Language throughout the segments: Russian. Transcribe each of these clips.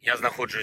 Я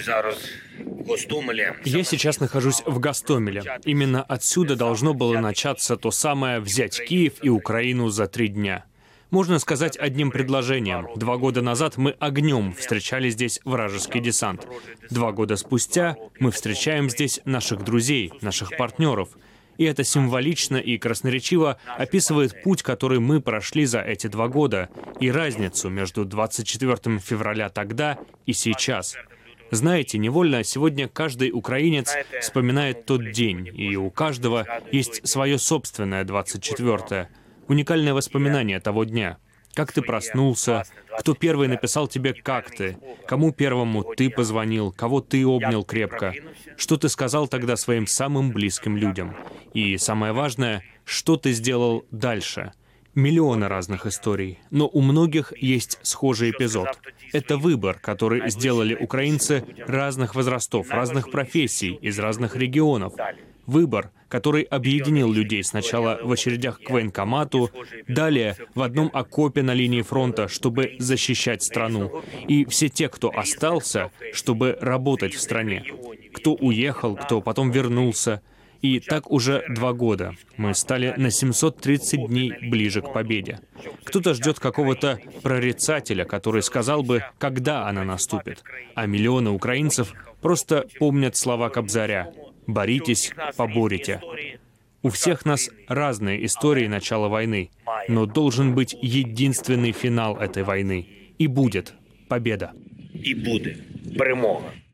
сейчас нахожусь в Гостомеле. Именно отсюда должно было начаться то самое «взять Киев и Украину за 3 дня». Можно сказать одним предложением. 2 года назад мы огнем встречали здесь вражеский десант. 2 года спустя мы встречаем здесь наших друзей, наших партнеров. И это символично и красноречиво описывает путь, который мы прошли за эти 2 года, и разницу между 24 февраля тогда и сейчас. Знаете, невольно сегодня каждый украинец вспоминает тот день, и у каждого есть свое собственное 24-е, уникальное воспоминание того дня. Как ты проснулся, кто первый написал тебе «как ты», кому первому ты позвонил, кого ты обнял крепко, что ты сказал тогда своим самым близким людям. И самое важное, что ты сделал дальше. Миллионы разных историй, но у многих есть схожий эпизод. Это выбор, который сделали украинцы разных возрастов, разных профессий, из разных регионов. Выбор, который объединил людей сначала в очередях к военкомату, далее в одном окопе на линии фронта, чтобы защищать страну, и все те, кто остался, чтобы работать в стране. Кто уехал, кто потом вернулся. И так уже 2 года. Мы стали на 730 дней ближе к победе. Кто-то ждет какого-то прорицателя, который сказал бы, когда она наступит. А миллионы украинцев просто помнят слова Кобзаря: «Боритесь, поборете». У всех нас разные истории начала войны, но должен быть единственный финал этой войны. И будет победа. І буде перемога.